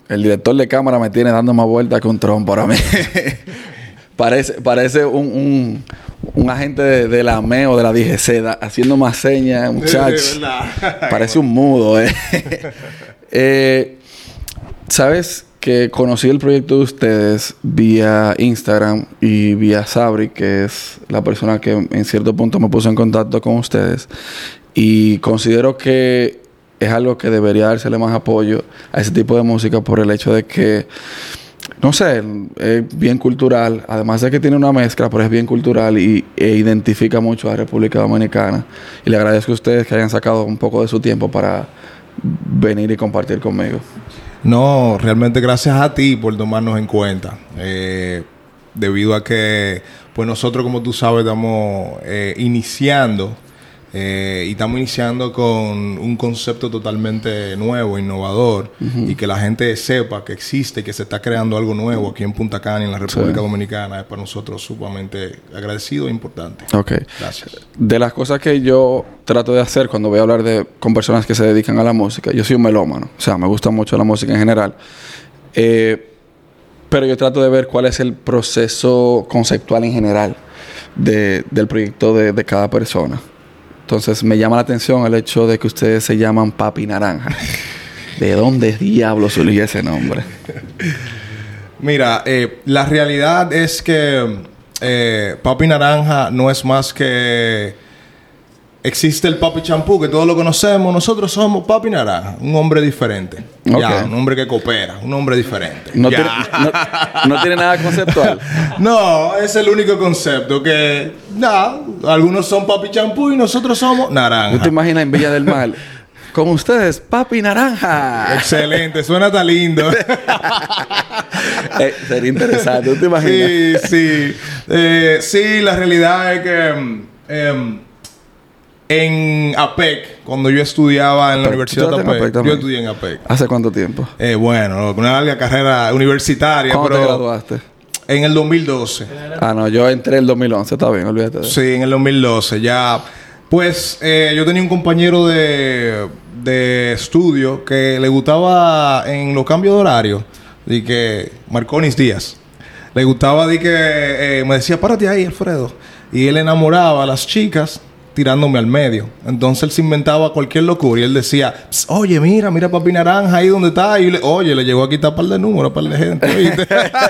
El director de cámara me tiene dando más vueltas que un trompo ahora mismo. Parece un agente de la ME o de la DGC haciendo más señas, muchachos. Parece un mudo, ¿Sabes que conocí el proyecto de ustedes vía Instagram y vía Sabri, que es la persona que en cierto punto me puso en contacto con ustedes? Y considero que es algo que debería dársele más apoyo a ese tipo de música por el hecho de que, no sé, es bien cultural. Además de que tiene una mezcla, pero es bien cultural e identifica mucho a la República Dominicana. Y le agradezco a ustedes que hayan sacado un poco de su tiempo para venir y compartir conmigo. No, realmente gracias a ti por tomarnos en cuenta. Debido a que, pues nosotros, como tú sabes, estamos iniciando. Y estamos iniciando con un concepto totalmente nuevo, innovador, y que la gente sepa que existe, que se está creando algo nuevo aquí en Punta Cana, en la República Dominicana. Es para nosotros sumamente agradecido e importante. Ok. Gracias. De las cosas que yo trato de hacer cuando voy a hablar con personas que se dedican a la música, yo soy un melómano, o sea, me gusta mucho la música en general, pero yo trato de ver cuál es el proceso conceptual en general del proyecto de cada persona. Entonces me llama la atención el hecho de que ustedes se llaman Papi Naranja. ¿De dónde diablos surgió ese nombre? Mira, la realidad es que Papi Naranja no es más que... Existe el Papi Champú, que todos lo conocemos. Nosotros somos Papi Naranja, un hombre diferente. Okay. Ya, un hombre que coopera, un hombre diferente. No tiene nada conceptual. No, es el único concepto que... algunos son Papi Champú y nosotros somos Naranja. ¿Tú te imaginas en Villa del Mar? Con ustedes, Papi Naranja. Excelente, suena tan lindo. Sería interesante, ¿tú te imaginas? Sí. Sí, la realidad es que... en APEC, cuando yo estudiaba en la Universidad de APEC, yo estudié en APEC. ¿Hace cuánto tiempo? Bueno, una larga carrera universitaria. ¿Cuándo te graduaste? En el 2012. No, yo entré en el 2011, está bien, olvídate de eso. Sí, en el 2012, ya. Pues yo tenía un compañero de estudio que le gustaba en los cambios de horario, de que Marconis Díaz, le gustaba de que me decía, párate ahí, Alfredo. Y él enamoraba a las chicas tirándome al medio. Entonces él se inventaba cualquier locura y él decía, oye, mira Papi Naranja ahí donde está. Y le llegó a quitar un par de números, un par de gente, ¿viste?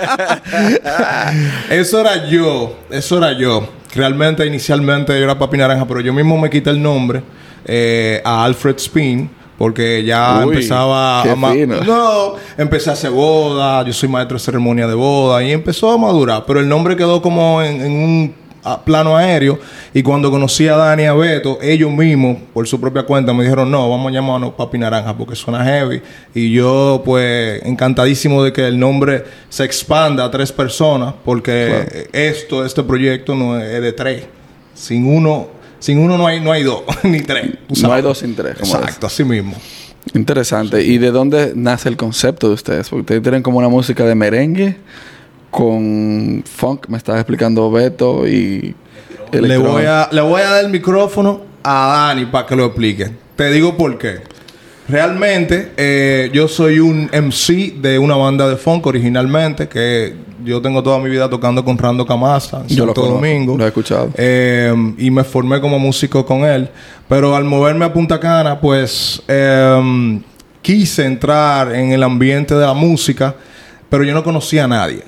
Eso era yo. Realmente, inicialmente yo era Papi Naranja, pero yo mismo me quité el nombre a Alfred Spin, porque ya empezaba empecé a hacer boda. Yo soy maestro de ceremonia de boda y empezó a madurar, pero el nombre quedó como en un plano aéreo. Y cuando conocí a Dani y a Beto, ellos mismos por su propia cuenta me dijeron, no, vamos a llamarnos Papi Naranja porque suena heavy. Y yo pues encantadísimo de que el nombre se expanda a 3 personas, porque este proyecto no es de 3. Sin uno no hay 2 ni 3. No hay 2 sin 3. Exacto, así mismo. Interesante. ¿Y de dónde nace el concepto de ustedes? Porque ustedes tienen como una música de merengue con funk, me estaba explicando Beto, y le voy a dar el micrófono a Dani para que lo explique. Te digo por qué. Realmente yo soy un MC de una banda de funk originalmente, que yo tengo toda mi vida tocando con Rando Camasa en Santo Domingo. Lo he escuchado. Y me formé como músico con él. Pero al moverme a Punta Cana, pues quise entrar en el ambiente de la música, pero yo no conocía a nadie.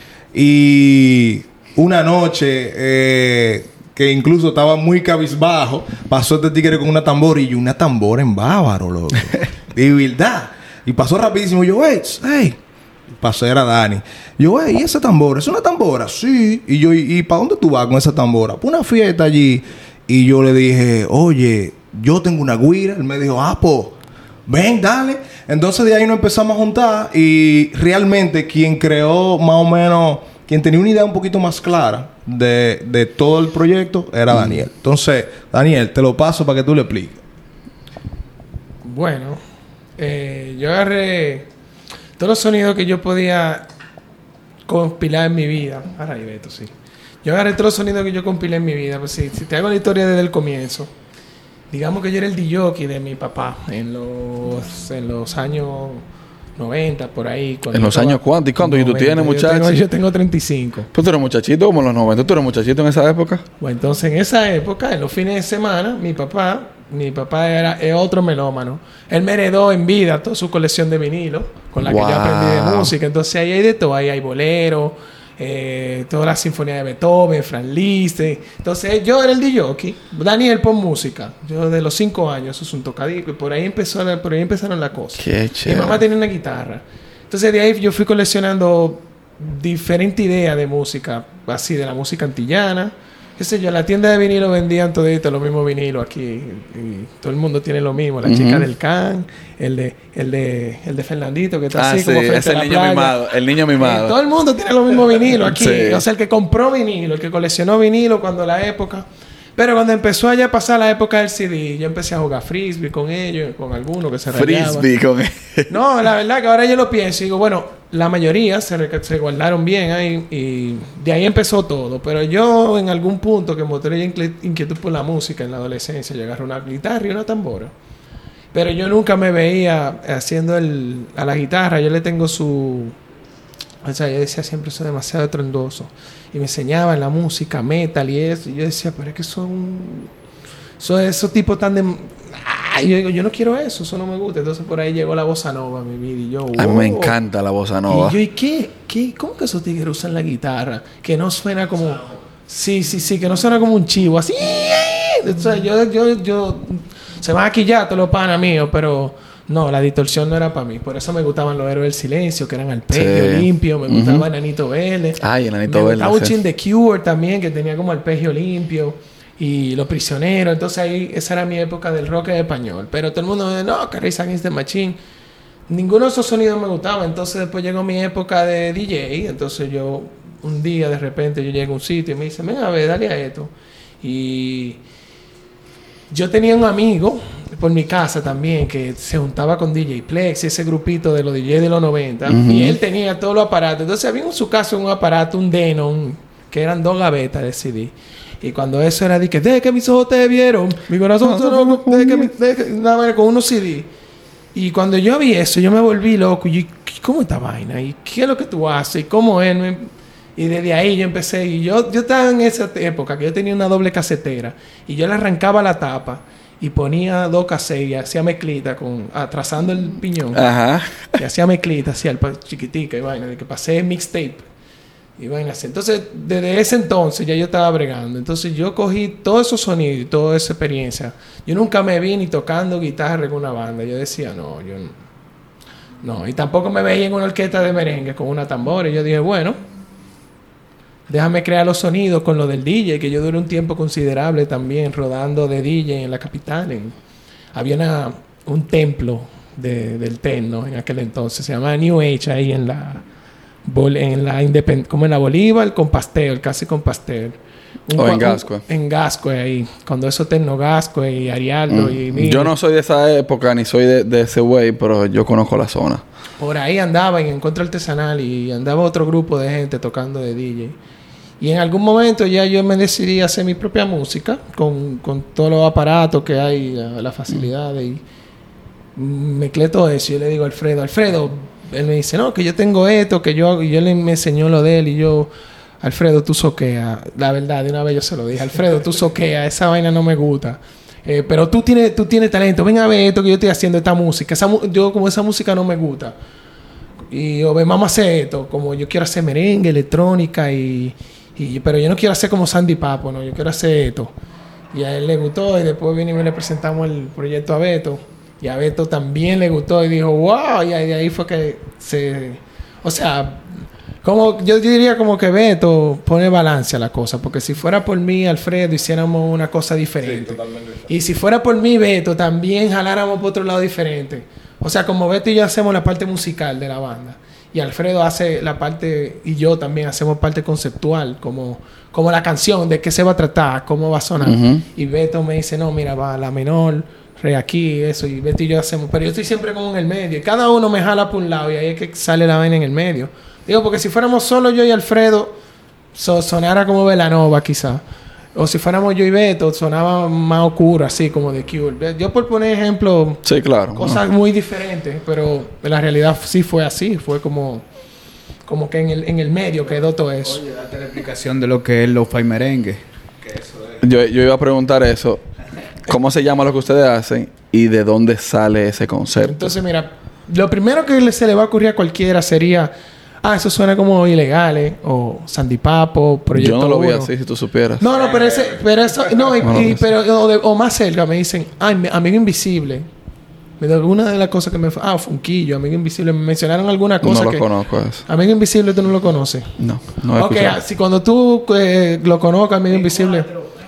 Y una noche que incluso estaba muy cabizbajo, pasó este tigre con una tambora, y una tambora en bávaro, loco. De verdad. Y pasó rapidísimo. Yo, hey. Pasó, era Dani. Yo, ¿y esa tambora? ¿Es una tambora? Sí. Y yo, ¿y para dónde tú vas con esa tambora? Para una fiesta allí. Y yo le dije, oye, yo tengo una guira. Él me dijo, pues, ven, dale. Entonces de ahí nos empezamos a juntar, y realmente quien creó más o menos, quien tenía una idea un poquito más clara de todo el proyecto era Daniel. Entonces, Daniel, te lo paso para que tú le expliques. Bueno, yo agarré todos los sonidos que yo podía compilar en mi vida. Ahora ahí, Beto, sí. Yo agarré todos los sonidos que yo compilé en mi vida. Pues si te hago la historia desde el comienzo, digamos que yo era el DJ de mi papá en los años 90, por ahí. ¿En los años cuántos? ¿Y cuántos? ¿Y tú tienes, muchacho? Yo tengo 35. Pues tú eres muchachito como en los 90. ¿Tú eres muchachito en esa época? Bueno, entonces en esa época, en los fines de semana, mi papá es otro melómano. Él me heredó en vida toda su colección de vinilos con la que yo aprendí de música. Entonces ahí hay de todo. Ahí hay bolero, toda la sinfonía de Beethoven, Franz Liszt. Entonces yo era el DJ. Daniel, pon música. Yo de los 5 años, eso es un tocadisco. Y por ahí empezaron las cosas. Qué chévere. Mi mamá tenía una guitarra. Entonces de ahí yo fui coleccionando diferentes ideas de música. Así, de la música antillana. Qué sé yo, la tienda de vinilo vendían todito los mismos vinilos aquí. Y todo el mundo tiene lo mismo. La chica del can, el de Fernandito, que está así como frente es a la playa. Mimado, el niño mimado. Todo el mundo tiene los mismos vinilos aquí. Sí. O sea, el que compró vinilo, el que coleccionó vinilo cuando la época. Pero cuando empezó allá a pasar la época del CD, yo empecé a jugar frisbee con ellos, con algunos que se rayaban. Frisbee con ellos. No, la verdad que ahora yo lo pienso y digo, bueno, la mayoría se guardaron bien ahí y de ahí empezó todo. Pero yo en algún punto que mostré inquietud por la música en la adolescencia, yo agarré una guitarra y una tambora. Pero yo nunca me veía haciendo a la guitarra. Yo le tengo su... O sea, yo decía siempre eso es demasiado estrondoso. Y me enseñaban la música, metal y eso. Y yo decía, pero es que son esos tipos tan de... Y yo digo, yo no quiero eso no me gusta. Entonces por ahí llegó la bossa nova a mi vida. Y yo, wow. A mí me encanta la bossa nova. Y yo, ¿y qué? ¿Cómo que esos tigres usan la guitarra? Que no suena como... Sí, que no suena como un chivo. Así... Entonces yo... Se van a quillar todos los panas míos, pero... No, la distorsión no era para mí. Por eso me gustaban los Héroes del Silencio, que eran arpegio limpio. Me gustaba Enanito Vélez. Ay, Enanito Vélez. Me gustaba un chin de Cure también, que tenía como arpegio limpio. Y Los Prisioneros. Entonces ahí, esa era mi época del rock en español. Pero todo el mundo me dice, no, que Rage Against the Machine. Ninguno de esos sonidos me gustaba. Entonces después llegó mi época de DJ. Entonces yo, un día de repente, yo llego a un sitio y me dice, ven a ver, dale a esto. Y yo tenía un amigo por mi casa también que se juntaba con DJ Plex, ese grupito de los DJ de los 90, y él tenía todos los aparatos. Entonces había en su casa un aparato, un Denon, que eran 2 gavetas de CD. Y cuando eso era de que, de que mis ojos te vieron, mi corazón sonó, con unos CD. Y cuando yo vi eso, yo me volví loco. Y yo, ¿cómo esta vaina? ¿Y qué es lo que tú haces? ¿Y cómo es? Y desde ahí yo empecé. Y yo estaba en esa época que yo tenía una doble casetera. Y yo le arrancaba la tapa y ponía 2 cassettes y hacía mezclita atrasando el piñón. Ajá. Y hacía mezclita, hacía el chiquitica y vaina, de que pasé mixtape y vaina así. Entonces, desde ese entonces ya yo estaba bregando. Entonces, yo cogí todos esos sonidos y toda esa experiencia. Yo nunca me vi ni tocando guitarra en una banda. Yo decía, no, yo no. Y tampoco me veía en una orquesta de merengue con una tambora. Y yo dije, bueno, déjame crear los sonidos con lo del DJ, que yo duré un tiempo considerable también rodando de DJ en la capital. Había un templo del techno en aquel entonces, se llamaba New Age, ahí en la como en la Bolívar, con Pastel, casi con Pastel. En Gascue. En Gascue, ahí. Cuando eso Techno Gascue y Arialdo y yo no soy de esa época, ni soy de ese way, pero yo conozco la zona. Por ahí andaba en Encuentro Artesanal y andaba otro grupo de gente tocando de DJ. Y en algún momento ya yo me decidí a hacer mi propia música con todos los aparatos que hay, las facilidades. Y mezclé todo eso. Y yo le digo a Alfredo, él me dice, no, que yo tengo esto, que yo hago. Y yo me enseñó lo de él y yo, Alfredo, tú soqueas. La verdad, de una vez yo se lo dije, Alfredo, tú soqueas, esa vaina no me gusta. Pero tú tienes talento, ven a ver esto que yo estoy haciendo, esta música. Yo como esa música no me gusta. Y o vamos a hacer esto, como yo quiero hacer merengue, electrónica pero yo no quiero hacer como Sandy Papo, no, yo quiero hacer esto. Y a él le gustó y después vinimos y le presentamos el proyecto a Beto. Y a Beto también le gustó y dijo, wow, y ahí fue que o sea, como yo diría como que Beto pone balance a la cosa, porque si fuera por mí, Alfredo, hiciéramos una cosa diferente. Sí, y si fuera por mí, Beto, también jaláramos por otro lado diferente. O sea, como Beto y yo hacemos la parte musical de la banda. Y Alfredo hace la parte, y yo también hacemos parte conceptual, como la canción, de qué se va a tratar, cómo va a sonar. Y Beto me dice, no, mira, va la menor, re aquí, eso, y Beto y yo hacemos. Pero yo estoy siempre como en el medio, y cada uno me jala por un lado, y ahí es que sale la vaina en el medio. Digo, porque si fuéramos solo yo y Alfredo, sonara como Belanova quizá. O si fuéramos yo y Beto, sonaba más oscuro, así como The Cure. Yo por poner ejemplo... Sí, claro. Cosas muy diferentes, pero en la realidad sí fue así. Fue como que en el medio quedó todo eso. Oye, date la explicación de lo que es lo-fi merengue. Que eso es. Yo iba a preguntar eso. ¿Cómo se llama lo que ustedes hacen y de dónde sale ese concepto? Entonces, mira, lo primero que se le va a ocurrir a cualquiera sería... eso suena como ilegales o Sandy Papo, Proyecto Yo no lo vi 1. así, si tú supieras. No, pero eso... No, o más cerca me dicen... Amigo Invisible. Una de las cosas que me... Funquillo, Amigo Invisible. Me mencionaron alguna cosa No que... lo conozco eso. Amigo Invisible tú no lo conoces. No he Ok, escuchado. si cuando tú lo conozcas, Amigo Invisible...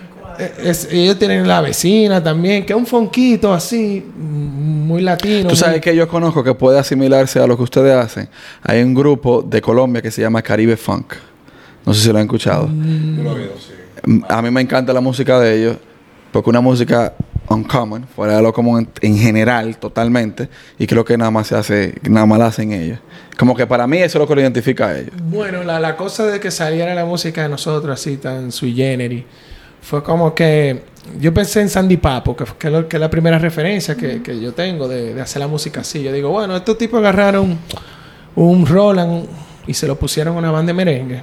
ellos tienen La Vecina también, que es un fonquito así, muy latino. Tú sabes que yo conozco que puede asimilarse a lo que ustedes hacen. Hay un grupo de Colombia que se llama Caribe Funk. No sé si lo han escuchado. Yo lo he oído, sí. A mí me encanta la música de ellos porque una música uncommon, fuera de lo común en general, totalmente, y creo que nada más la hacen ellos. Como que para mí eso es lo que lo identifica a ellos. Bueno, la cosa de que saliera la música de nosotros así tan sui generis fue como que yo pensé en Sandy Papo, que es la primera referencia que yo tengo de hacer la música así. Yo digo, bueno, estos tipos agarraron un Roland y se lo pusieron a una banda de merengue.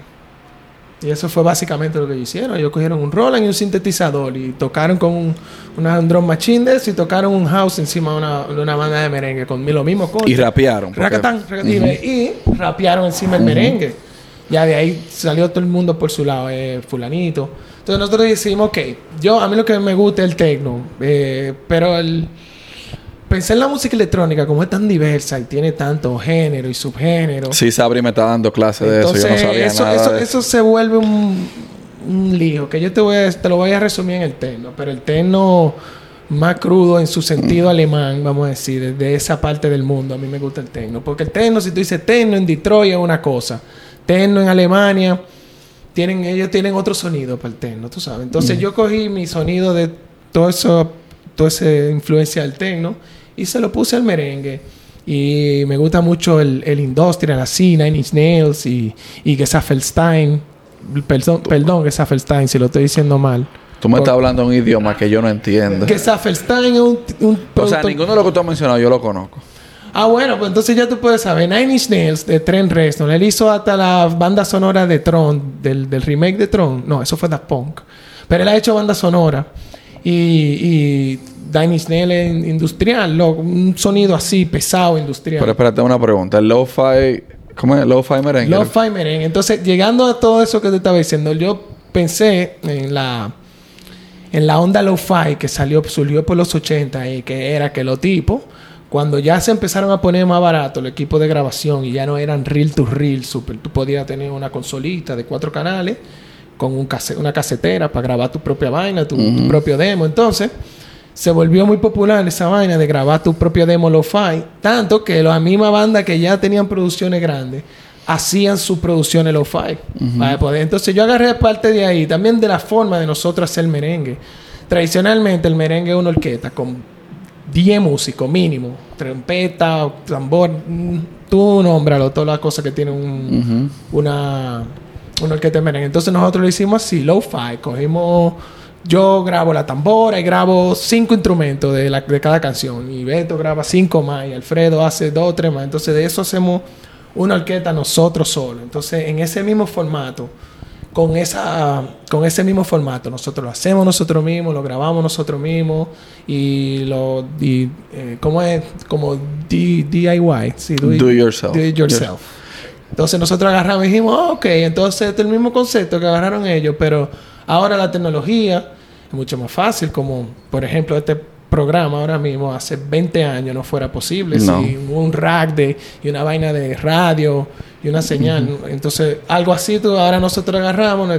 Y eso fue básicamente lo que ellos hicieron. Ellos cogieron un Roland y un sintetizador y tocaron con un drum machine de eso y tocaron un house encima de una banda de merengue con lo mismo con Y rapearon. porque- Racatán, y rapearon encima el merengue. Ya de ahí salió todo el mundo por su lado, fulanito. Entonces nosotros decimos, ok, a mí lo que me gusta es el techno, pero pensé en la música electrónica, como es tan diversa y tiene tanto género y subgénero. Sí, Sabri me está dando clases de eso. Yo no sabía nada de eso se vuelve un lío, que yo te lo voy a resumir en el techno, pero el techno más crudo en su sentido alemán, vamos a decir, de esa parte del mundo, a mí me gusta el techno. Porque el techno, si tú dices techno en Detroit es una cosa, techno en Alemania... ellos tienen otro sonido para el techno, tú sabes. Entonces yo cogí mi sonido de toda esa influencia del techno y se lo puse al merengue. Y me gusta mucho el industrial, así, Nine Inch Nails y Gesaffelstein. Perdón, Gesaffelstein, si lo estoy diciendo mal. Tú me estás hablando un idioma que yo no entiendo. Gesaffelstein es un O sea, ninguno de los que tú has mencionado yo lo conozco. Bueno, pues entonces ya tú puedes saber. Nine Inch Nails de Trent Reznor. Él hizo hasta la banda sonora de Tron, del remake de Tron. No, eso fue Daft Punk. Pero él ha hecho banda sonora. Y Nine Inch Nails es industrial. Un sonido así, pesado, industrial. Pero espérate, una pregunta. El lo-fi... ¿Cómo es? Lo-fi merengue. Lo-fi merengue. Entonces, llegando a todo eso que te estaba diciendo, yo pensé en la onda lo-fi que surgió por los 80 y que era que los tipos... Cuando ya se empezaron a poner más barato el equipo de grabación y ya no eran reel to reel, super, tú podías tener una consolita de 4 canales con una casetera para grabar tu propia vaina, tu propio demo. Entonces, se volvió muy popular esa vaina de grabar tu propio demo lo-fi, tanto que las mismas bandas que ya tenían producciones grandes hacían sus producciones lo-fi. Para poder. Entonces, yo agarré parte de ahí, también de la forma de nosotros hacer merengue. Tradicionalmente, el merengue es una orquesta con 10 músicos mínimo, trompeta, tambor, tú nómbralo, todas las cosas que tiene una orquesta de merengue. Entonces nosotros lo hicimos así, lo-fi, yo grabo la tambora y grabo 5 instrumentos de cada canción y Beto graba 5 más y Alfredo hace 2 o 3 más. Entonces de eso hacemos una orquesta nosotros solos. Entonces en ese mismo formato, con ese mismo formato, nosotros lo hacemos nosotros mismos, lo grabamos nosotros mismos ¿cómo es? Como DIY, sí, Do it yourself. Do it yourself. Entonces nosotros agarramos y dijimos, ok, entonces este es el mismo concepto que agarraron ellos, pero ahora la tecnología es mucho más fácil, como por ejemplo este programa ahora mismo hace 20 años no fuera posible sin un rack y una vaina de radio y una señal. Entonces algo así ahora nosotros agarramos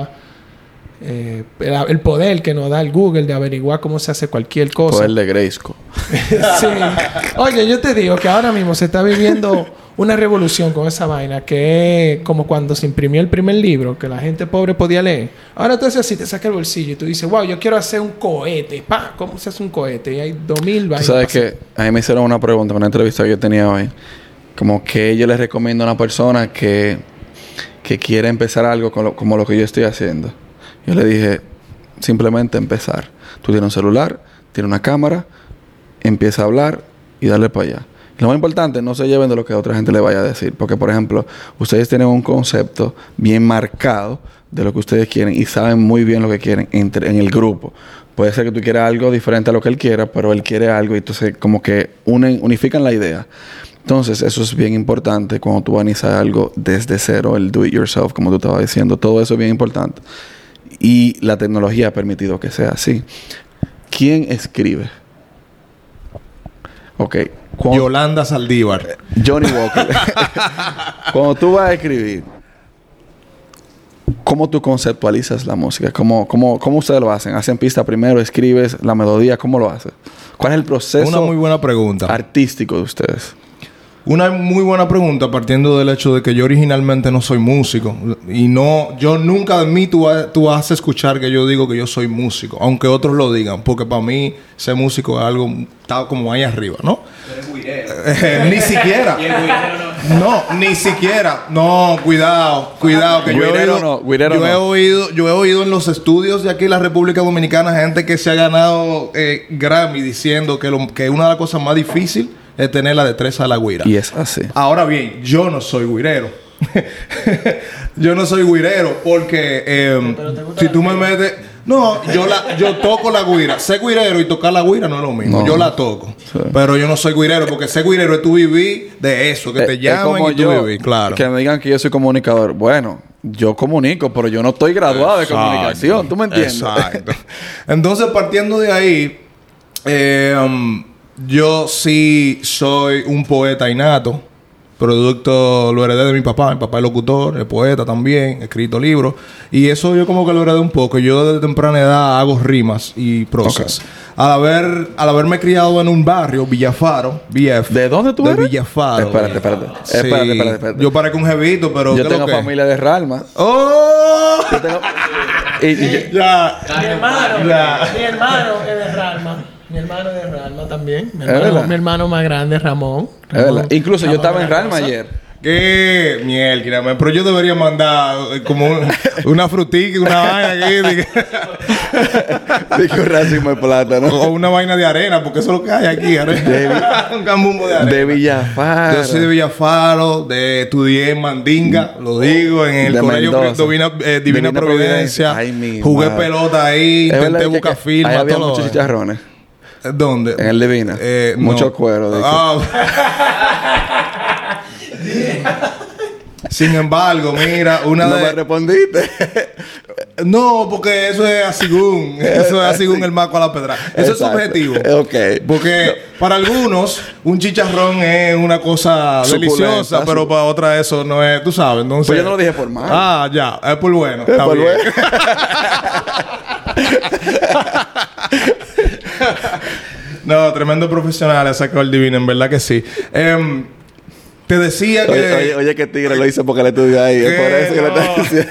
el poder que nos da el Google de averiguar cómo se hace cualquier cosa. Poder de Grayskull. Sí. Oye, yo te digo que ahora mismo se está viviendo una revolución con esa vaina que es como cuando se imprimió el primer libro que la gente pobre podía leer. Ahora tú haces así, te sacas el bolsillo y tú dices, wow, yo quiero hacer un cohete. ¡Pah! ¿Cómo se hace un cohete? Y hay 2000 vainas. Tú sabes que a mí me hicieron una pregunta en una entrevista que yo tenía hoy. Como que yo les recomiendo a una persona que quiere empezar algo como lo que yo estoy haciendo. Yo le dije, simplemente empezar. Tú tienes un celular, tienes una cámara, empieza a hablar y darle para allá. Lo más importante, no se lleven de lo que otra gente le vaya a decir. Porque, por ejemplo, ustedes tienen un concepto bien marcado de lo que ustedes quieren y saben muy bien lo que quieren en el grupo. Puede ser que tú quieras algo diferente a lo que él quiera, pero él quiere algo y entonces como que unifican la idea. Entonces, eso es bien importante cuando tú vas a iniciar algo desde cero, el do it yourself, como tú estabas diciendo. Todo eso es bien importante. Y la tecnología ha permitido que sea así. ¿Quién escribe? Ok. Yolanda Saldívar. Johnny Walker. Cuando tú vas a escribir, ¿cómo tú conceptualizas la música? ¿Cómo ustedes lo hacen? ¿Hacen pista primero? ¿Escribes la melodía? ¿Cómo lo haces? ¿Cuál es el proceso Una muy buena pregunta. artístico de ustedes? Una muy buena pregunta partiendo del hecho de que yo originalmente no soy músico. Y no... Yo nunca de mí tú vas a escuchar que yo digo que yo soy músico. Aunque otros lo digan. Porque para mí ser músico es algo... Está como ahí arriba, ¿no? Ni siquiera. No, ni siquiera. No, cuidado. Que yo he oído en los estudios de aquí en la República Dominicana gente que se ha ganado Grammy diciendo que una de las cosas más difíciles es tener la destreza de la guira. Y es así. Ahora bien, yo no soy guirero. Yo no soy guirero porque si tú me metes... No, yo toco la guira. Ser guirero y tocar la guira no es lo mismo. No. Yo la toco. Sí. Pero yo no soy guirero porque ser guirero es tú vivir de eso. Que te llamen y tú vivir. Claro. Que me digan que yo soy comunicador. Bueno, yo comunico, pero yo no estoy graduado de comunicación. ¿Tú me entiendes? Exacto. Entonces, partiendo de ahí... yo sí soy un poeta innato. Producto lo heredé de mi papá. Mi papá es locutor, es poeta también, he escrito libros. Y eso yo como que lo heredé un poco. Yo desde temprana edad hago rimas y prosas. Okay. Al haberme criado en un barrio, Villafaro, VF. ¿De dónde tú eres? De Villafaro. Espérate. Sí. Espérate. Yo parezco un jevito, pero... Yo tengo familia de Ralma. ¡Oh! Yo tengo... Ya. Mi hermano es de Ralma. Mi hermano es de Ralma también. Mi hermano más grande, Ramón. Incluso yo estaba en Ralma ayer. ¿Qué? Mierda, pero yo debería mandar como una frutita, una vaina aquí. Digo un racimo de plátano. O una vaina de arena, porque eso es lo que hay aquí. Un cambumbo de arena. De Villafaro. Yo soy de Villafaro, estudié en Mandinga, lo digo, en el colegio Divina Providencia. Ay, jugué pelota ahí, intenté buscar firma. Ahí había muchos chicharrones. ¿Dónde? En el Divina. Mucho cuero. Sin embargo, mira, ¿No me respondiste? No, porque eso es así según el maco a la pedra. Eso es subjetivo. Ok. Porque para algunos un chicharrón es una cosa deliciosa, pero para otras eso no es, tú sabes. Entonces, pues yo no lo dije por mal. Ah, ya, es por bueno. Está bien. Bueno. No, tremendo profesional ese sacó el Divino, en verdad que sí. Te decía que... Oye, que tigre lo hizo porque le estudió ahí. Es por eso que le estás diciendo.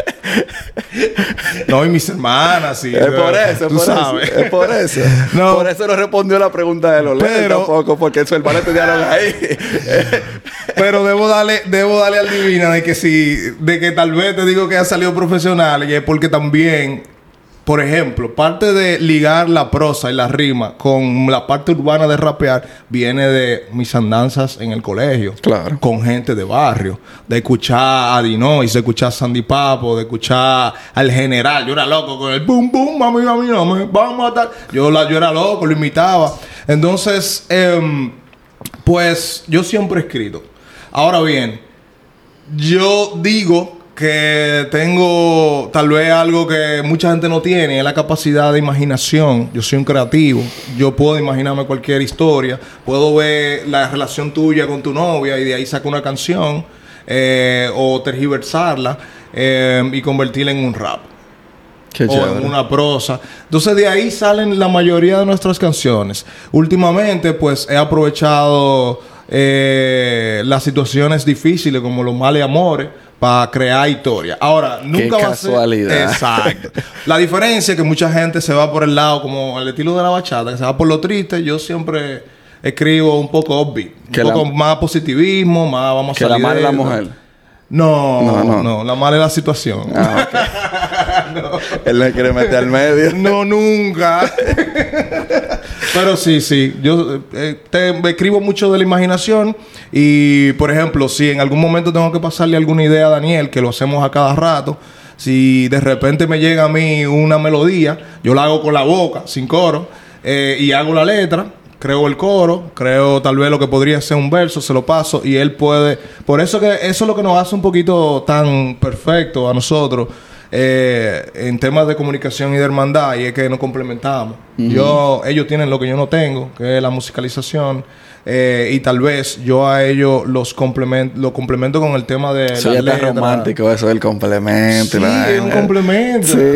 No, y mis hermanas, sí. Es por eso, tú sabes. Es por eso. No. Por eso no respondió la pregunta de los leyes tampoco, porque su hermano estudiaron ahí. Pero debo darle al Divina de que tal vez te digo que ha salido profesional, y es porque también... Por ejemplo, parte de ligar la prosa y la rima con la parte urbana de rapear viene de mis andanzas en el colegio. Claro. Con gente de barrio. De escuchar a Dinois, de escuchar a Sandy Papo, de escuchar al General. Yo era loco con el boom, boom, mami, vamos a tal. Yo era loco, lo imitaba. Entonces, pues yo siempre he escrito. Ahora bien, yo digo... que tengo tal vez algo que mucha gente no tiene, es la capacidad de imaginación. Yo soy un creativo. Yo puedo imaginarme cualquier historia. Puedo ver la relación tuya con tu novia y de ahí saco una canción o tergiversarla y convertirla en un rap. Qué o chévere. En una prosa. Entonces de ahí salen la mayoría de nuestras canciones. Últimamente pues he aprovechado las situaciones difíciles como los males amores para crear historia. Ahora, nunca va a ser... casualidad. Exacto. La diferencia es que mucha gente se va por el lado, como el estilo de la bachata, que se va por lo triste. Yo siempre escribo un poco upbeat. Un poco más positivismo, más vamos a salir que la mala es la mujer. No. La mala es la situación. Okay. Él no quiere meter al medio. No, nunca. Pero sí. Yo me escribo mucho de la imaginación. Y, por ejemplo, si en algún momento tengo que pasarle alguna idea a Daniel, que lo hacemos a cada rato, si de repente me llega a mí una melodía, yo la hago con la boca, sin coro, y hago la letra, creo el coro, creo tal vez lo que podría ser un verso, se lo paso y él puede... Por eso que eso es lo que nos hace un poquito tan perfecto a nosotros en temas de comunicación y de hermandad, y es que nos complementamos. Ellos tienen lo que yo no tengo, que es la musicalización. Y tal vez yo a ellos lo complemento con el tema de eso ya está romántico, eso del complemento. Sí, es un complemento. Sí.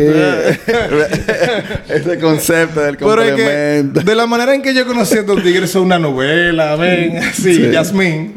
Ese concepto del complemento. Pero es que de la manera en que yo conocí a estos tigres es una novela, ven, sí. Yasmín.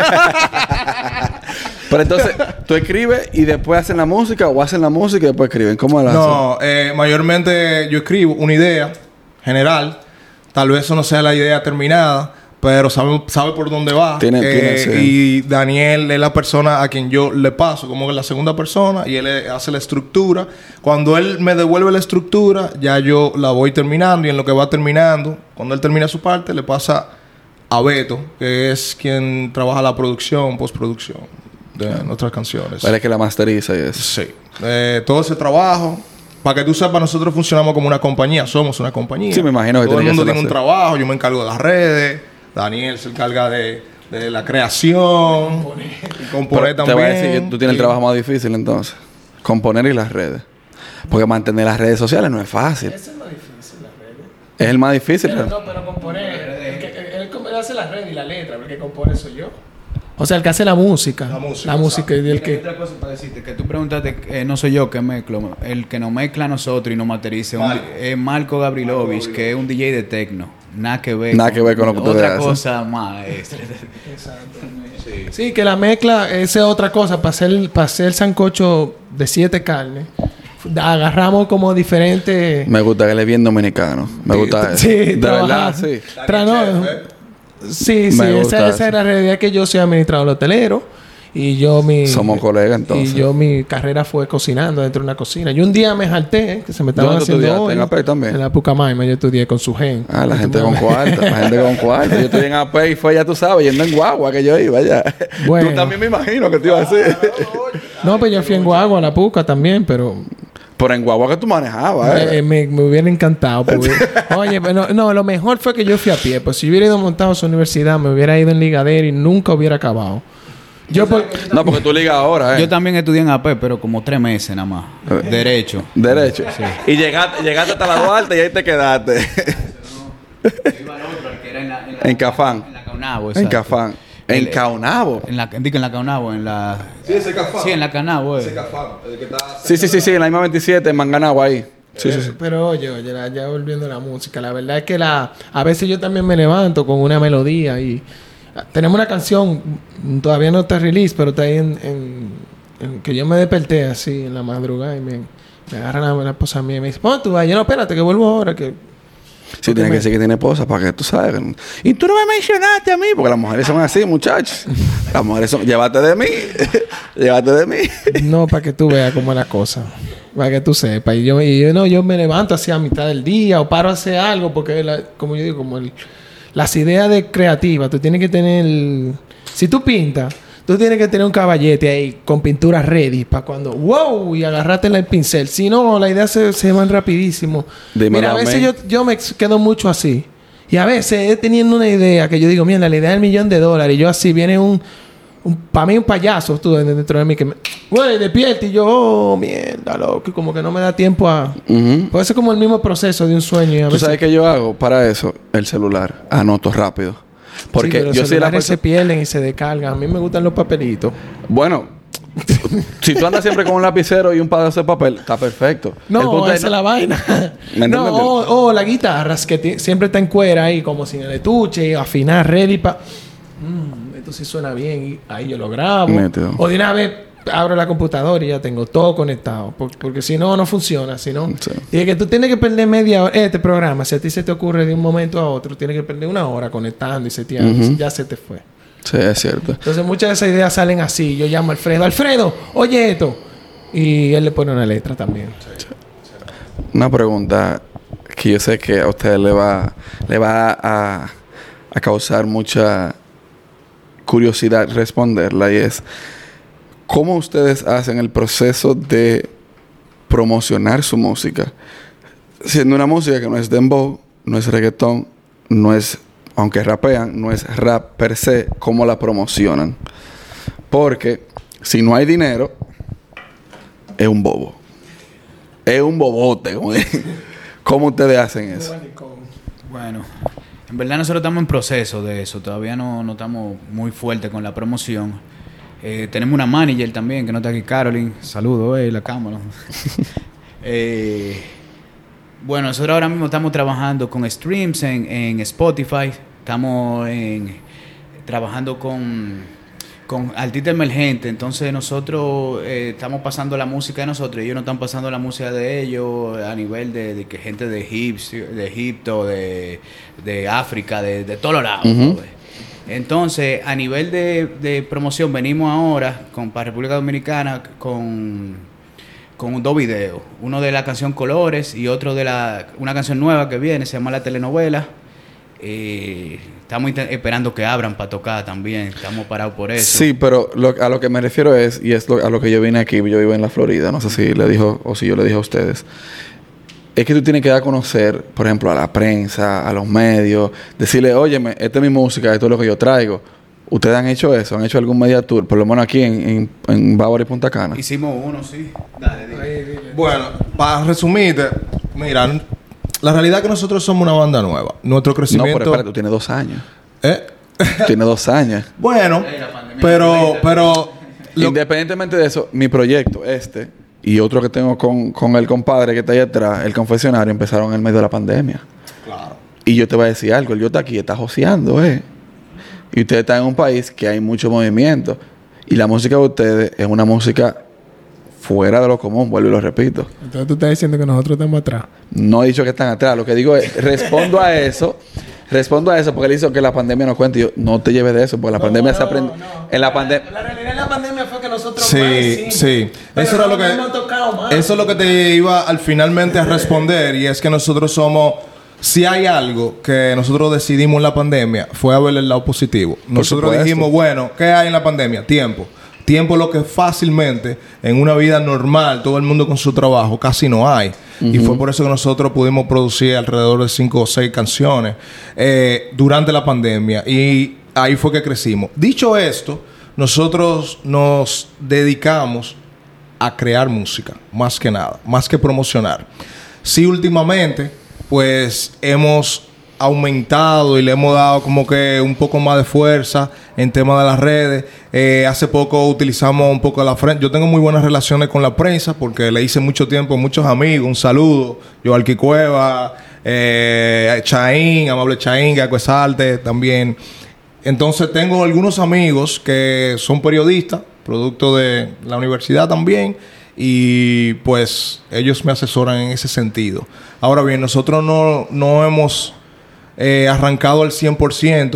Pero entonces, ¿tú escribes y después hacen la música o hacen la música y después escriben? ¿Cómo la hacen? No, mayormente yo escribo una idea general. Tal vez eso no sea la idea terminada, pero sabe por dónde va. Sí. Y Daniel es la persona a quien yo le paso, como que la segunda persona, y él hace la estructura. Cuando él me devuelve la estructura, ya yo la voy terminando, y en lo que va terminando, cuando él termina su parte, le pasa a Beto, que es quien trabaja la producción, postproducción de nuestras canciones. Él es que la masteriza y eso. Sí. Todo ese trabajo... Para que tú sepas, nosotros funcionamos como una compañía. Somos una compañía. Sí, me imagino que todo el mundo tiene un hacer. trabajo. Yo me encargo de las redes. Daniel se encarga de la creación. Y componer también. Te voy a decir que tú tienes el trabajo más difícil entonces. Componer y las redes. Porque mantener las redes sociales no es fácil. Eso es lo difícil, las redes. Es el más difícil. Pero componer... Él hace las redes y la letra, porque el que compone soy yo. O sea, el que hace la música. La música y el que... Otra cosa para decirte, que tú preguntaste, no soy yo que mezclo. El que nos mezcla a nosotros y nos materializa es Marco Gavrilovich, que es un DJ de techno. Nada que ver con lo que tú otra haces. cosa más. Exacto. Sí, que la mezcla, esa es otra cosa. Para hacer el sancocho de 7 carnes, agarramos como diferentes... Me gusta que él es bien dominicano. Me gusta eso. Sí, de verdad, sí. Sí, esa es la realidad, que yo soy administrador hotelero y yo somos colegas entonces. Y yo mi carrera fue cocinando dentro de una cocina. Yo un día me jalté, que se me estaban haciendo hoy. ¿En AP también? En la Pucamaima yo estudié con su gen. La gente con cuarto. Yo estudié en AP y fue, ya tú sabes, yendo en guagua que yo iba allá. Bueno. Tú también me imagino que te ibas a hacer. No, pues yo fui en guagua a la Puca también, pero... Pero en guagua que tú manejabas, me hubiera encantado. Oye, pero no, lo mejor fue que yo fui a pie. Pues si hubiera ido montado a su universidad, me hubiera ido en ligadera y nunca hubiera acabado. No, porque tú ligas ahora, Yo también estudié en AP, pero como 3 meses nada más. Derecho. Sí. Y llegaste hasta la Duarte y ahí te quedaste. En Cafán. En la Caunabo, En Cafán. En Caunabo. En la Caunabo, Sí, ese Cafán. Sí, en la Caunabo, Ese Cafán. El que está... Sí, en la misma 27, en Manganabo, ahí. Sí. Pero oye, ya volviendo a la música, la verdad es que a veces yo también me levanto con una melodía y tenemos una canción, todavía no está release, pero está ahí en que yo me desperté así en la madrugada y me agarra la esposa mía y me dice, tú yo no, espérate que vuelvo ahora que... Sí, tiene que decir que tiene esposa para que tú sabes. Y tú no me mencionaste a mí, porque las mujeres son así, muchachos. Las mujeres son, llévate de mí. No, para que tú veas cómo es la cosa. Para que tú sepas. Y yo me levanto así a mitad del día o paro a hacer algo, porque como yo digo, las ideas de creativas, tú tienes que tener... Si tú pintas, tú tienes que tener un caballete ahí con pintura ready para cuando... ¡Wow! Y agarrarte el pincel. Si no, las ideas se van rapidísimo. Mira, a veces yo me quedo mucho así. Y a veces teniendo una idea que yo digo, mira, la idea del $1,000,000. Y yo así, viene para mí un payaso tú dentro de mí que me... Güey, despierta. Y yo, oh, mierda, loco. Y como que no me da tiempo a... Puede ser como el mismo proceso de un sueño. Y a ¿Tú veces... sabes qué yo hago para eso? El celular. Anoto rápido. Porque sí, yo soy la persona... se pierden y se descargan. A mí me gustan los papelitos. Bueno, si tú andas siempre con un lapicero y un pedazo de papel, está perfecto. No, esa es la vaina. No, las guitarras que siempre está en cuera ahí, como sin el estuche, y afinar, ready para... esto sí suena bien, y ahí yo lo grabo. Mételo. O de una vez abro la computadora y ya tengo todo conectado. Porque si no, no funciona. Si no, Sí. Y es que tú tienes que perder media hora. Este programa, si a ti se te ocurre de un momento a otro, tienes que perder 1 hora conectando y seteando. Ya se te fue. Sí, es cierto. Entonces muchas de esas ideas salen así. Yo llamo a Alfredo. Alfredo, oye esto. Y él le pone una letra también. Una pregunta que yo sé que a usted le va a causar mucha curiosidad responderla, y es: ¿cómo ustedes hacen el proceso de promocionar su música? Siendo una música que no es dembow, no es reggaetón, no es, aunque rapean, no es rap per se, ¿cómo la promocionan? Porque si no hay dinero, es un bobo. Es un bobote, como dicen. ¿Cómo ustedes hacen eso? Bueno, en verdad nosotros estamos en proceso de eso. Todavía no estamos muy fuertes con la promoción. Tenemos una manager también que no está aquí, Caroline. Saludos, la cámara. Bueno, nosotros ahora mismo estamos trabajando con streams en Spotify. Estamos trabajando con artistas emergentes. Entonces nosotros estamos pasando la música de nosotros y ellos no están pasando la música de ellos a nivel de que gente de Egipto, de África, de todos lados. Uh-huh. Entonces, a nivel de promoción, venimos ahora para República Dominicana con 2 videos. Uno de la canción Colores y otro de una canción nueva que viene, se llama La Telenovela. Estamos esperando que abran para tocar también. Estamos parados por eso. Sí, pero a lo que me refiero es a lo que yo vine aquí. Yo vivo en la Florida. No sé si le dijo o si yo le dije a ustedes. Es que tú tienes que dar a conocer, por ejemplo, a la prensa, a los medios. Decirle, óyeme, esta es mi música, esto es lo que yo traigo. ¿Ustedes han hecho eso? ¿Han hecho algún media tour? Por lo menos aquí en Bávaro y Punta Cana. Hicimos uno, sí. Dale, dile. Bueno, para resumirte, mira, la realidad es que nosotros somos una banda nueva. Nuestro crecimiento... No, pero espérate, tú tienes 2 años. ¿Eh? Tienes 2 años. Bueno, pero Independientemente de eso, mi proyecto, y otro que tengo con el compadre que está ahí atrás, el confesionario, empezaron en el medio de la pandemia. Claro. Y yo te voy a decir algo, el yo está aquí, está joseando, Y ustedes están en un país que hay mucho movimiento. Y la música de ustedes es una música fuera de lo común, vuelvo y lo repito. Entonces tú estás diciendo que nosotros estamos atrás. No he dicho que están atrás. Lo que digo es, respondo a eso porque él hizo que la pandemia no cuente. Y yo, no te lleves de eso, porque la pandemia se aprende. En la pandemia... La realidad en la pandemia fue que nosotros Sí. Eso era lo que... Eso es lo que te iba al finalmente a responder. Y es que nosotros somos... Si hay algo que nosotros decidimos en la pandemia, fue a ver el lado positivo. Nosotros dijimos, bueno, ¿qué hay en la pandemia? Tiempo. Tiempo lo que fácilmente en una vida normal, todo el mundo con su trabajo, casi no hay. Uh-huh. Y fue por eso que nosotros pudimos producir alrededor de 5 o 6 canciones durante la pandemia. Y ahí fue que crecimos. Dicho esto, nosotros nos dedicamos a crear música, más que nada, más que promocionar. Sí, últimamente, pues hemos aumentado y le hemos dado como que un poco más de fuerza en tema de las redes. Hace poco utilizamos un poco la prensa. Yo tengo muy buenas relaciones con la prensa porque le hice mucho tiempo a muchos amigos. Un saludo. Yo, Alqui Cueva, Chaín, Amable Chaín, Gaco Esarte también. Entonces tengo algunos amigos que son periodistas, producto de la universidad también. Y pues ellos me asesoran en ese sentido. Ahora bien, nosotros no hemos arrancado al 100%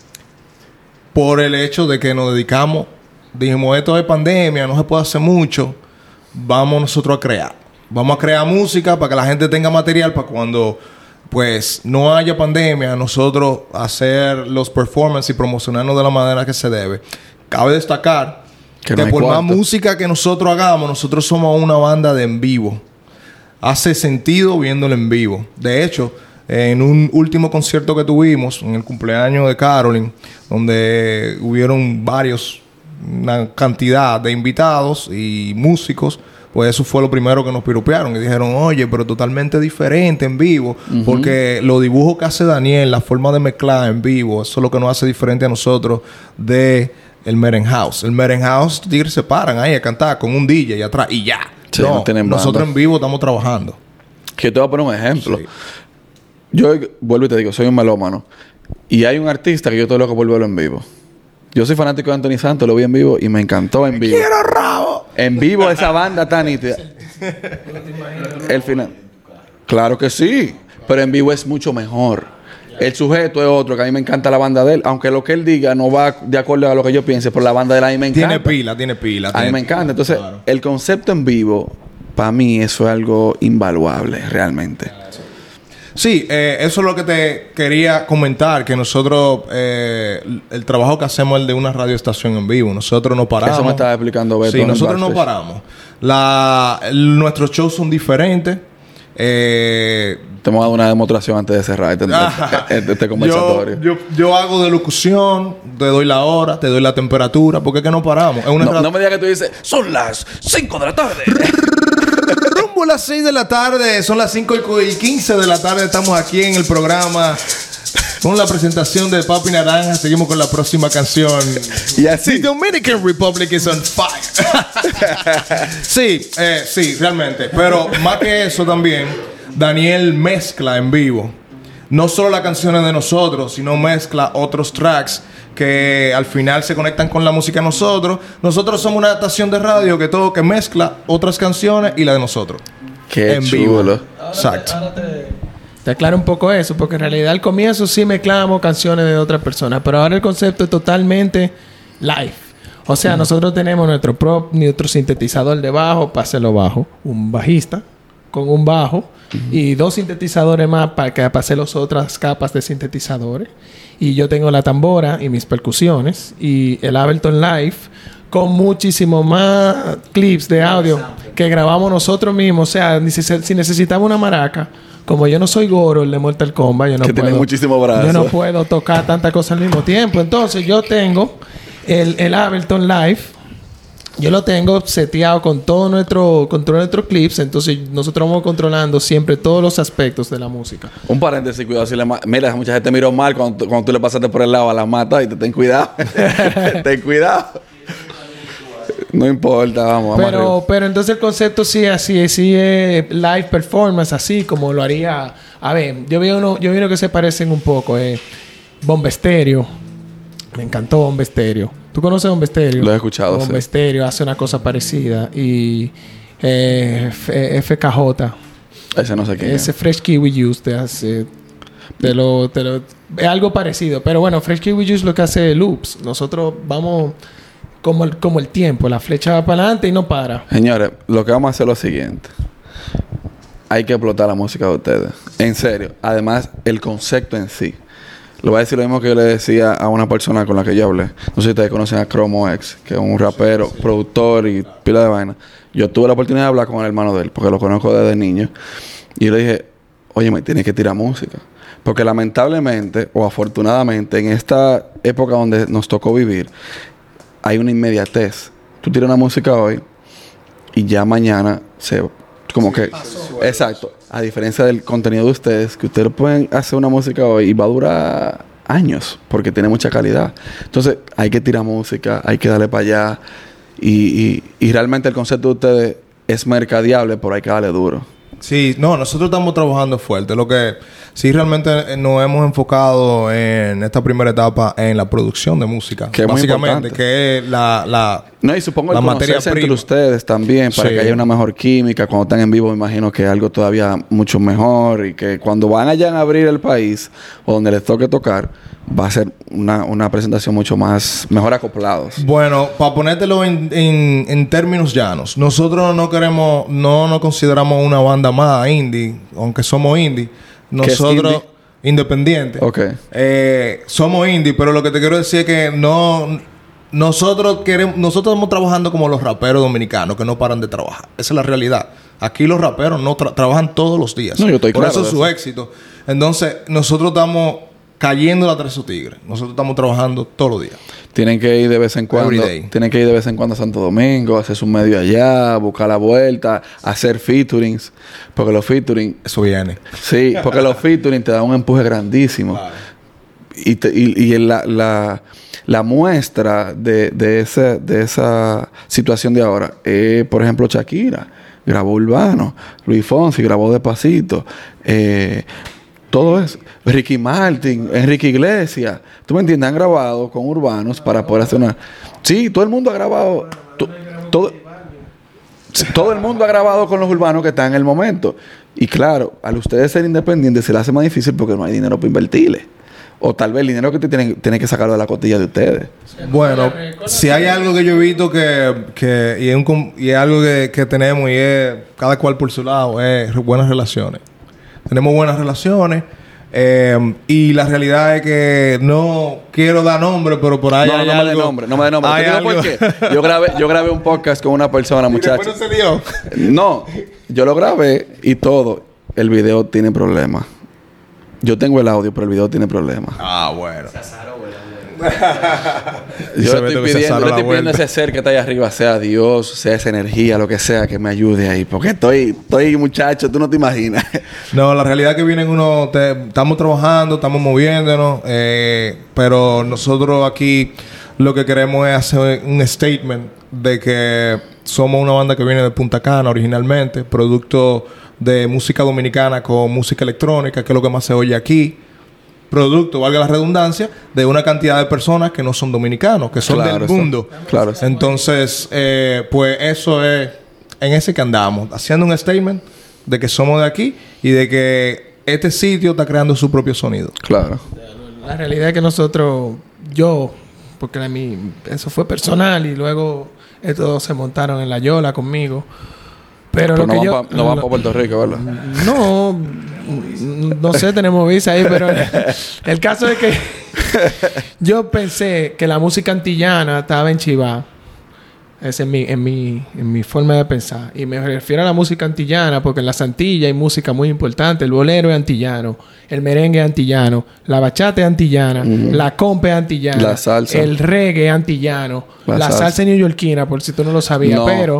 por el hecho de que nos dedicamos. Dijimos, esto es pandemia, no se puede hacer mucho. Vamos nosotros a crear. Vamos a crear música para que la gente tenga material para cuando pues no haya pandemia, nosotros hacer los performances y promocionarnos de la manera que se debe. Cabe destacar que no por más música que nosotros hagamos, nosotros somos una banda de en vivo. Hace sentido viéndolo en vivo. De hecho, en un último concierto que tuvimos, en el cumpleaños de Caroline, donde hubieron una cantidad de invitados y músicos, pues eso fue lo primero que nos piropearon y dijeron, oye, pero totalmente diferente en vivo, uh-huh. Porque los dibujos que hace Daniel, la forma de mezclar en vivo, eso es lo que nos hace diferente a nosotros de el Meren House. El Meren House, los tigres se paran ahí a cantar con un DJ atrás y ya. Sí, no, nosotros en vivo estamos trabajando. Que te voy a poner un ejemplo. Sí. Yo vuelvo y te digo, soy un melómano. Y hay un artista que yo estoy loco por verlo en vivo. Yo soy fanático de Anthony Santos, lo vi en vivo y me encantó en vivo. ¡Quiero rabo! En vivo esa banda tan nítida. El final. Claro que sí. Pero en vivo es mucho mejor. El sujeto es otro, que a mí me encanta la banda de él. Aunque lo que él diga no va de acuerdo a lo que yo piense, pero la banda de él a mí me encanta. Tiene pila. A mí me encanta. Entonces, claro, el concepto en vivo, para mí, eso es algo invaluable, realmente. Sí, eso es lo que te quería comentar, que nosotros, el trabajo que hacemos es el de una radioestación en vivo. Nosotros no paramos. Eso me estaba explicando Beto. Sí, nosotros no paramos. Nuestros shows son diferentes. Te vamos a dar una demostración antes de cerrar este conversatorio. Yo hago de locución, te doy la hora, te doy la temperatura, porque es que no paramos. No me digas que tú dices, son las 5 de la tarde. Rumbo a las 6 de la tarde, son las 5:15 de la tarde, estamos aquí en el programa con la presentación de Papi Naranja. Seguimos con la próxima canción. Y así. The Dominican Republic is on fire. Sí, realmente. Pero más que eso también, Daniel mezcla en vivo no solo las canciones de nosotros, sino mezcla otros tracks que al final se conectan con la música de nosotros. Nosotros somos una estación de radio que mezcla otras canciones y la de nosotros. Qué en chulo. vivo. Exacto. Te aclaro un poco eso, porque en realidad al comienzo sí mezclamos canciones de otras personas, pero ahora el concepto es totalmente live. O sea, nosotros tenemos nuestro sintetizador de bajo, páselo bajo, un bajista con un bajo y 2 sintetizadores más para hacer las otras capas de sintetizadores. Y yo tengo la tambora y mis percusiones y el Ableton Live con muchísimo más clips de audio que grabamos nosotros mismos. O sea, si necesitamos una maraca, como yo no soy Goro, el de Mortal Kombat, yo no tiene muchísimo brazo. Yo no puedo tocar tantas cosas al mismo tiempo. Entonces yo tengo el Ableton Live. Yo lo tengo seteado con todos nuestros clips. Entonces nosotros vamos controlando siempre todos los aspectos de la música. Un paréntesis, cuidado. Mira, mucha gente miró mal cuando tú le pasaste por el lado a la mata y ten cuidado. Ten cuidado. No importa, vamos. Pero entonces el concepto sí es live performance, así como lo haría. A ver, yo vi uno que se parecen un poco. Bomba Estéreo. Me encantó Bomba Estéreo. ¿Tú conoces Bomba Estéreo? Lo he escuchado, Bomba Estéreo hace una cosa parecida. Y FKJ. Ese no sé qué. Ese Fresh Kiwi Juice te hace... es algo parecido. Pero bueno, Fresh Kiwi Juice lo que hace es loops. Nosotros vamos... Como el tiempo. La flecha va para adelante y no para. Señores, lo que vamos a hacer es lo siguiente. Hay que explotar la música de ustedes. En serio. Además, el concepto en sí. Le voy a decir lo mismo que yo le decía a una persona con la que yo hablé. No sé si ustedes conocen a Chromo X, que es un rapero, productor y pila de vaina. Yo tuve la oportunidad de hablar con el hermano de él, porque lo conozco desde niño. Y yo le dije, oye, me tienes que tirar música. Porque lamentablemente, o afortunadamente, en esta época donde nos tocó vivir, hay una inmediatez. Tú tiras una música hoy y ya mañana como que... Exacto. A diferencia del contenido de ustedes, que ustedes pueden hacer una música hoy y va a durar años porque tiene mucha calidad. Entonces, hay que tirar música, hay que darle para allá. Y realmente el concepto de ustedes es mercadeable, pero hay que darle duro. Sí, no, nosotros estamos trabajando fuerte. Lo que sí realmente nos hemos enfocado en esta primera etapa en la producción de música. Que básicamente, que es No, y supongo la el materia conocerse entre prima. Ustedes también, para Sí. que haya una mejor química. Cuando están en vivo, me imagino que algo todavía mucho mejor. Y que cuando van allá a abrir el país, o donde les toque tocar, va a ser una presentación mucho mejor acoplados. Bueno, para ponértelo en términos llanos, nosotros no nos consideramos una banda más indie, aunque somos indie. Nosotros, indie? independientes. Ok. Somos indie, pero lo que te quiero decir es que nosotros estamos trabajando como los raperos dominicanos que no paran de trabajar. Esa es la realidad. Aquí los raperos no trabajan todos los días. No, yo estoy Por claro eso de es su eso. éxito. Entonces, nosotros estamos cayendo la Tres Tigres. Nosotros estamos trabajando todos los días. Tienen que ir de vez en cuando. Every day. Tienen que ir de vez en cuando a Santo Domingo, hacer su medio allá, buscar la vuelta, hacer featurings. Porque los featuring... Eso viene. Sí, porque los featuring te dan un empuje grandísimo. Claro. Y la muestra de esa situación de ahora es, por ejemplo, Shakira. Grabó Urbano. Luis Fonsi grabó Despacito. Todo eso. Ricky Martin, Enrique Iglesias. ¿Tú me entiendes? Han grabado con urbanos para poder hacer una... Sí, todo el mundo ha grabado... Todo... todo el mundo ha grabado con los urbanos que están en el momento. Y claro, al ustedes ser independientes se les hace más difícil porque no hay dinero para invertirle. O tal vez el dinero que tienen que sacarlo de la cotilla de ustedes. Bueno, si hay algo que yo he visto y es algo que tenemos y es cada cual por su lado, es buenas relaciones. Tenemos buenas relaciones. Y la realidad es que no quiero dar nombre, pero por ahí hay algo... No me dé nombre. Te digo por qué. Yo grabé un podcast con una persona, muchacho. ¿Y después no se dio? No, yo lo grabé y todo. El video tiene problemas. Yo tengo el audio, pero el video tiene problemas. Ah, bueno. Yo le estoy pidiendo a ese ser que está ahí arriba, sea Dios, sea esa energía, lo que sea, que me ayude ahí. Porque estoy muchacho, tú no te imaginas. No, la realidad es que estamos trabajando, estamos moviéndonos, pero nosotros aquí lo que queremos es hacer un statement de que somos una banda que viene de Punta Cana originalmente, producto de música dominicana con música electrónica, que es lo que más se oye aquí. Producto, valga la redundancia, de una cantidad de personas que no son dominicanos, que son del mundo. Claro. Entonces, pues eso es en ese que andamos, haciendo un statement de que somos de aquí y de que este sitio está creando su propio sonido. Claro. La realidad es que nosotros, porque eso fue personal y luego estos se montaron en la yola conmigo. Pero lo que no van para Puerto Rico, ¿verdad? No sé, tenemos visa ahí, pero el caso es que yo pensé que la música antillana estaba en Chivá. Esa es en mi forma de pensar. Y me refiero a la música antillana porque en las Antillas hay música muy importante. El bolero es antillano, el merengue es antillano, la bachata es antillana, la compa es antillana, la salsa, el reggae es antillano, la salsa es neoyorquina, por si tú no lo sabías.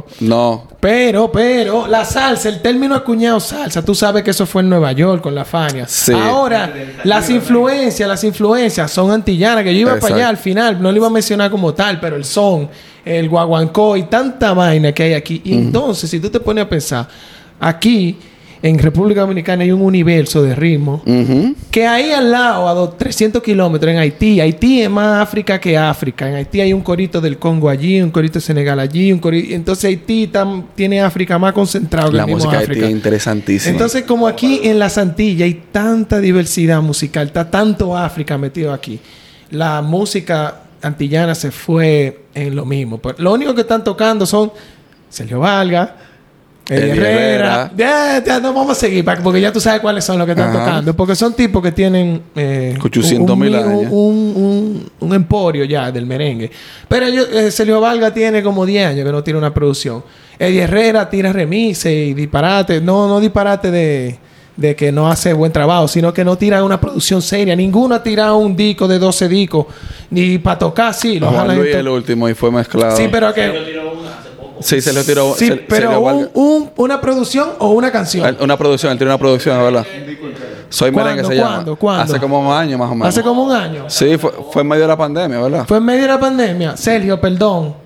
Pero la salsa, el término acuñado salsa, tú sabes que eso fue en Nueva York con la Fania. Sí. Ahora, las influencias son antillanas, que yo iba para allá al final, no lo iba a mencionar como tal, pero el son, el guaguancó y tanta vaina que hay aquí. Y entonces, si tú te pones a pensar, aquí en República Dominicana hay un universo de ritmo que ahí al lado, a 300 kilómetros, en Haití. Haití es más África que África. En Haití hay un corito del Congo allí, un corito de Senegal allí, entonces Haití tiene África más concentrado que la el mismo música de África. Haití es interesantísima. Entonces, como aquí en las Antillas hay tanta diversidad musical, está tanto África metido aquí, la música antillana se fue en lo mismo. Lo único que están tocando son Sergio Valga, Eddie Herrera. Ya no vamos a seguir porque ya tú sabes cuáles son los que están tocando. Porque son tipos que tienen 800,000 años. Un emporio ya del merengue. Pero Sergio Valga tiene como 10 años que no tiene una producción. Eddie Herrera tira remises y disparate. No disparate de que no hace buen trabajo, sino que no tira una producción seria. Ninguno ha tirado un disco de 12 discos. Ni para tocar, sí. Juan Luis el último y fue mezclado. Sí, pero que... Sí, se lo tiró. Sí, pero una producción o una canción. Una producción, él tiene una producción, ¿verdad? Soy Merengue se llama. ¿Cuándo? Hace como un año más o menos. Hace como un año. Sí, fue en medio de la pandemia, ¿verdad? Fue en medio de la pandemia. Sergio, perdón.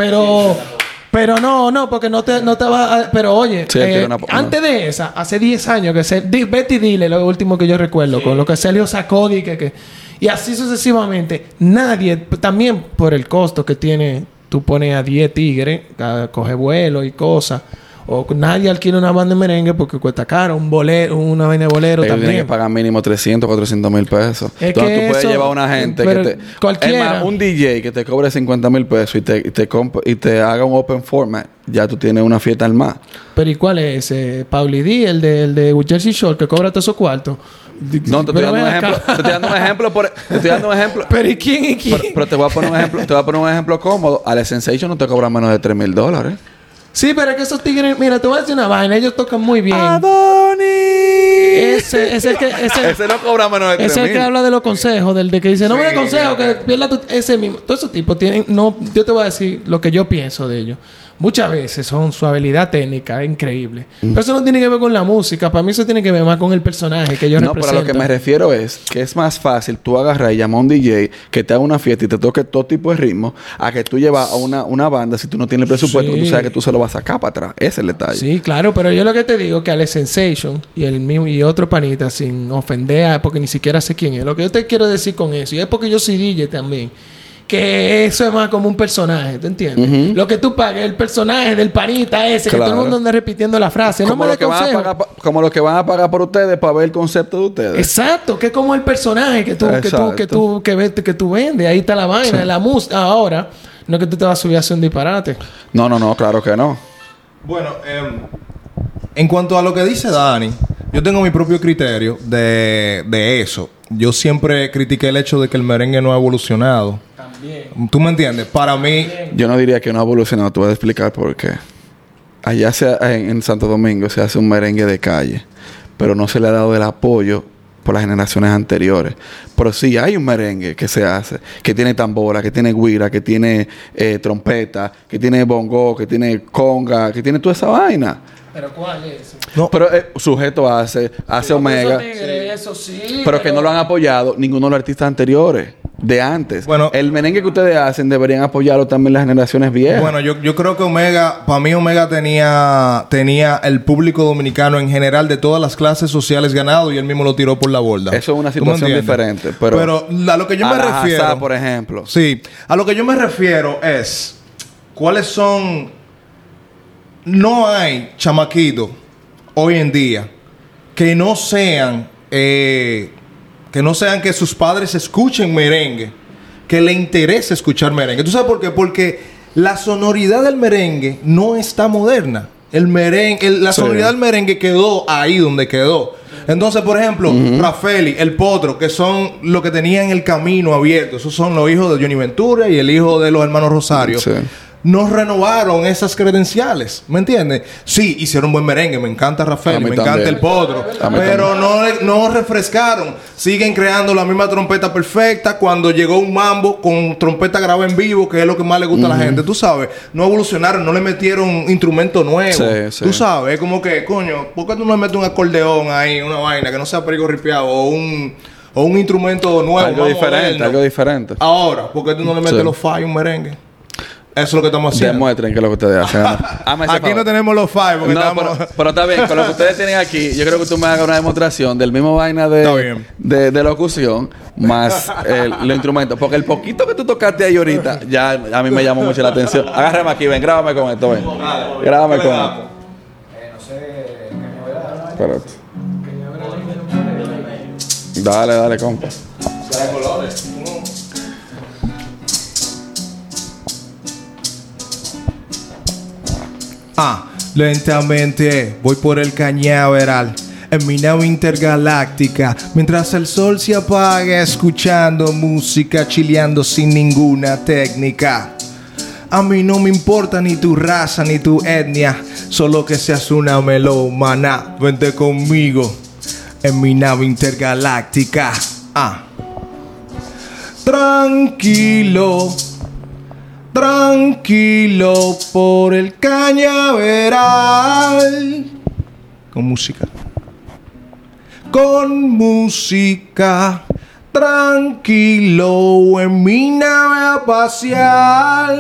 Pero no, porque no te va a... Pero oye, sí, antes de esa, hace 10 años que Betty Dile, lo último que yo recuerdo, con lo que Sergio sacó y así sucesivamente. Nadie, también por el costo que tiene, tú pones a 10 tigres, a coger vuelo y cosas. O nadie alquila una banda de merengue porque cuesta caro. Un bolero, una vaina de bolero ellos también. Tienen que pagar mínimo 300, 400,000 pesos. Es entonces que tú puedes llevar a una gente que te... Cualquiera. Es más, un DJ que te cobre 50,000 pesos y te haga un open format, ya tú tienes una fiesta al más. Pero ¿y cuál es ese? Pauli D, el de Jersey Shore, que cobra todos esos cuartos. No, te estoy dando un ejemplo. Te estoy dando un ejemplo. Pero ¿y quién? Pero te voy a poner un ejemplo. Te voy a poner un ejemplo cómodo. Ale Sensation no te cobra menos de $3,000. Sí, pero es que esos tigres... Mira, te voy a decir una vaina. Ellos tocan muy bien. ¡Adoni! Ese no cobra menos de $3,000. Es el que habla de los consejos. Del de que dice... No me dé consejos. Que pierda tu... Ese mismo. Todos esos tipos tienen... No... Yo te voy a decir lo que yo pienso de ellos. Muchas veces su habilidad técnica es increíble. Pero eso no tiene que ver con la música. Para mí eso tiene que ver más con el personaje que yo represento. No, pero a lo que me refiero es que es más fácil tú agarrar y llamar a un DJ que te haga una fiesta y te toque todo tipo de ritmo a que tú llevas a una banda si tú no tienes el presupuesto, tú sabes que tú se lo vas a sacar para atrás. Ese es el detalle. Sí, claro. Pero yo lo que te digo que Ale Sensation y otro panita, sin ofender porque ni siquiera sé quién es. Lo que yo te quiero decir con eso, y es porque yo soy DJ también, que eso es más como un personaje, ¿te entiendes? Lo que tú pagues, el personaje del panita ese, que todo el mundo anda repitiendo la frase. Como, como lo que van a pagar por ustedes para ver el concepto de ustedes. Exacto, que es como el personaje que tú vendes. Ahí está la vaina, la música. Ahora, no es que tú te vas a subir a hacer un disparate. No, claro que no. Bueno, en cuanto a lo que dice Dani, yo tengo mi propio criterio de eso. Yo siempre critiqué el hecho de que el merengue no ha evolucionado. También. ¿Tú me entiendes? Para mí... Yo no diría que no ha evolucionado. Te voy a explicar por qué. Allá en Santo Domingo se hace un merengue de calle, pero no se le ha dado el apoyo por las generaciones anteriores. Pero sí hay un merengue que se hace, que tiene tambora, que tiene guira, que tiene trompeta, que tiene bongo, que tiene conga, que tiene toda esa vaina. ¿Pero cuál es? No. Pero Sujeto hace Omega. Eso sí, pero que no lo han apoyado ninguno de los artistas anteriores, de antes. Bueno, el merengue que ustedes hacen deberían apoyarlo también las generaciones viejas. Bueno, yo creo que Omega, para mí Omega tenía el público dominicano en general de todas las clases sociales ganado y él mismo lo tiró por la borda. Eso es una situación diferente. Pero a lo que yo me refiero... Hazá, por ejemplo. Sí. A lo que yo me refiero es... ¿Cuáles son...? No hay chamaquitos hoy en día que no sean que sus padres escuchen merengue, que le interese escuchar merengue. ¿Tú sabes por qué? Porque la sonoridad del merengue no está moderna. El merengue, la sonoridad del merengue quedó ahí donde quedó. Entonces, por ejemplo, Rafeli, El Potro, que son los que tenían el camino abierto. Esos son los hijos de Johnny Ventura y el hijo de los hermanos Rosario. Sí. No renovaron esas credenciales, ¿me entiendes? Sí, hicieron buen merengue, me encanta Rafael, me encanta El Potro, pero no refrescaron. Siguen creando la misma trompeta perfecta cuando llegó un mambo con trompeta grabada en vivo, que es lo que más le gusta a la gente, tú sabes. No evolucionaron, no le metieron instrumento nuevo, tú sabes. Es como que, coño, ¿por qué tú no le metes un acordeón ahí, una vaina que no sea perico ripiado o un instrumento nuevo? Algo diferente. Ahora, ¿por qué tú no le metes los fallos un merengue? Eso es lo que estamos haciendo. Demuestren que es lo que ustedes hacen. Aquí no tenemos los five porque pero está bien. Con lo que ustedes tienen aquí, yo creo que tú me hagas una demostración del mismo vaina de locución más los instrumentos. Porque el poquito que tú tocaste ahí ahorita, ya a mí me llamó mucho la atención. Agárrame aquí, ven, grábame con esto, ven. Grábame con esto. No sé, espérate. Dale, compa. colores. Lentamente voy por el cañaveral en mi nave intergaláctica, mientras el sol se apaga, escuchando música, chileando sin ninguna técnica. A mí no me importa ni tu raza ni tu etnia, solo que seas una melómana. Vente conmigo en mi nave intergaláctica. Tranquilo por el cañaveral. Con música. Tranquilo en mi nave a pasear.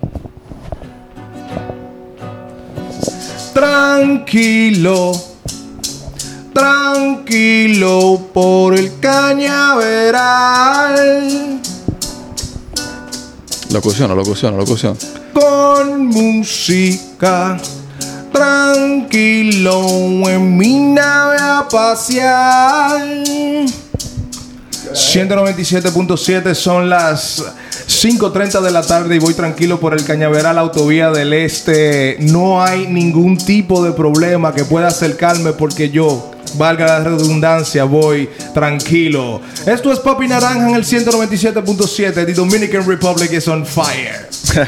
Tranquilo por el cañaveral. Locución. Con música, tranquilo en mi nave a pasear. 197.7 son las 5:30 de la tarde y voy tranquilo por el Cañaveral, Autovía del Este. No hay ningún tipo de problema que pueda acercarme porque yo, valga la redundancia, voy tranquilo. Esto es Papi Naranja en el 197.7. The Dominican Republic is on fire.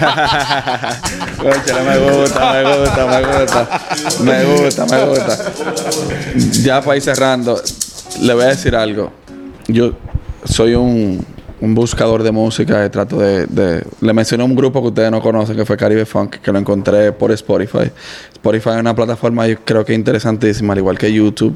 Me gusta. Ya para ir cerrando, le voy a decir algo. Yo soy un buscador de música y trato de... Le mencioné un grupo que ustedes no conocen, que fue Caribe Funk, que lo encontré por Spotify. Spotify es una plataforma, yo creo que interesantísima, al igual que YouTube.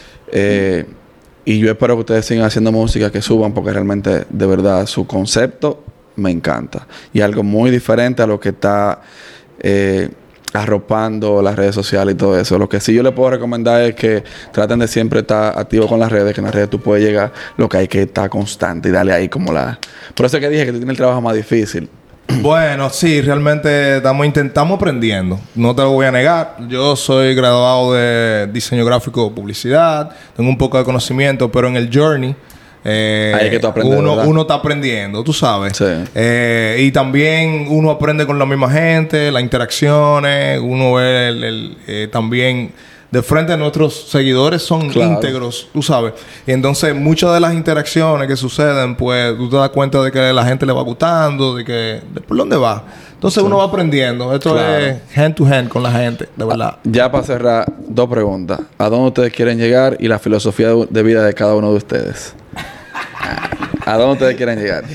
Y yo espero que ustedes sigan haciendo música, que suban, porque realmente, de verdad, su concepto me encanta. Y algo muy diferente a lo que está arropando las redes sociales y todo eso. Lo que sí yo le puedo recomendar es que traten de siempre estar activos con las redes, que en las redes tú puedes llegar, lo que hay que estar constante y darle ahí como la... Por eso es que dije que tú tienes el trabajo más difícil. Bueno, sí, realmente estamos aprendiendo. No te lo voy a negar. Yo soy graduado de diseño gráfico, publicidad. Tengo un poco de conocimiento, pero en el journey... Ahí es que tú aprendes, uno está aprendiendo, tú sabes. Sí. Y también uno aprende con la misma gente, las interacciones. Uno ve también de frente a nuestros seguidores son íntegros, tú sabes. Y entonces muchas de las interacciones que suceden, pues tú te das cuenta de que a la gente le va gustando, de por dónde va. Entonces uno va aprendiendo. Esto es hand to hand con la gente, de verdad. Ya para cerrar, 2 preguntas. ¿A dónde ustedes quieren llegar y la filosofía de vida de cada uno de ustedes? ¿A dónde ustedes quieren llegar?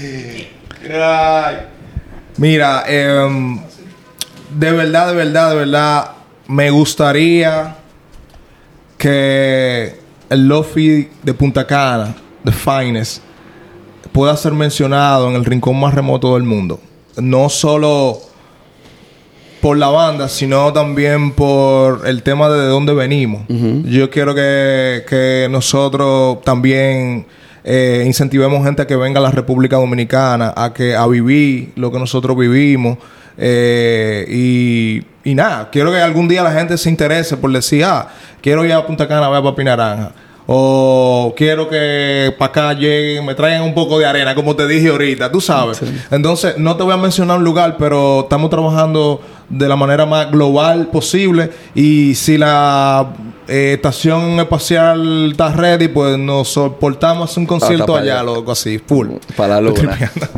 Mira, de verdad, me gustaría que el Lofi de Punta Cana, The Finest, pueda ser mencionado en el rincón más remoto del mundo. No solo por la banda, sino también por el tema de dónde venimos. Yo quiero que nosotros también incentivemos gente a que venga a la República Dominicana, a vivir lo que nosotros vivimos. Y nada, quiero que algún día la gente se interese por decir, quiero ir a Punta Cana a ver a Papi Naranja. O quiero que para acá lleguen, me traigan un poco de arena, como te dije ahorita, tú sabes. Sí. Entonces, no te voy a mencionar un lugar, pero estamos trabajando de la manera más global posible. Y si la estación espacial está ready, pues nos soportamos un concierto allá, loco, así, full. Para la luna.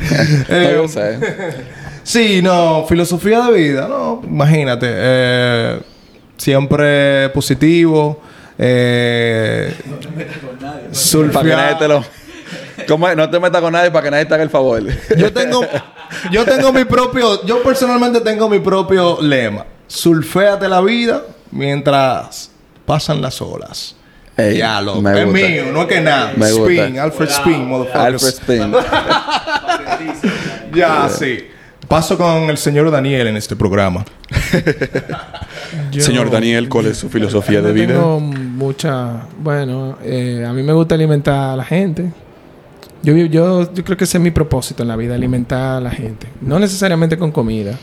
Sí, no, filosofía de vida, no, imagínate. Siempre positivo. Para que nadie te lo... ¿Cómo es? No te metas con nadie para que nadie te haga el favor. Yo tengo mi propio... Yo personalmente tengo mi propio lema. Surféate la vida mientras pasan las olas. Ey, ya, loco. Es mío, no es que nada. Spin, Alfred Spin, motherfuckers. Alfred Spin. Ya, sí. Paso con el señor Daniel en este programa. Señor Daniel, ¿cuál es su filosofía de vida? Tengo mucha... Bueno, a mí me gusta alimentar a la gente. Yo creo que ese es mi propósito en la vida, alimentar a la gente. No necesariamente con comida.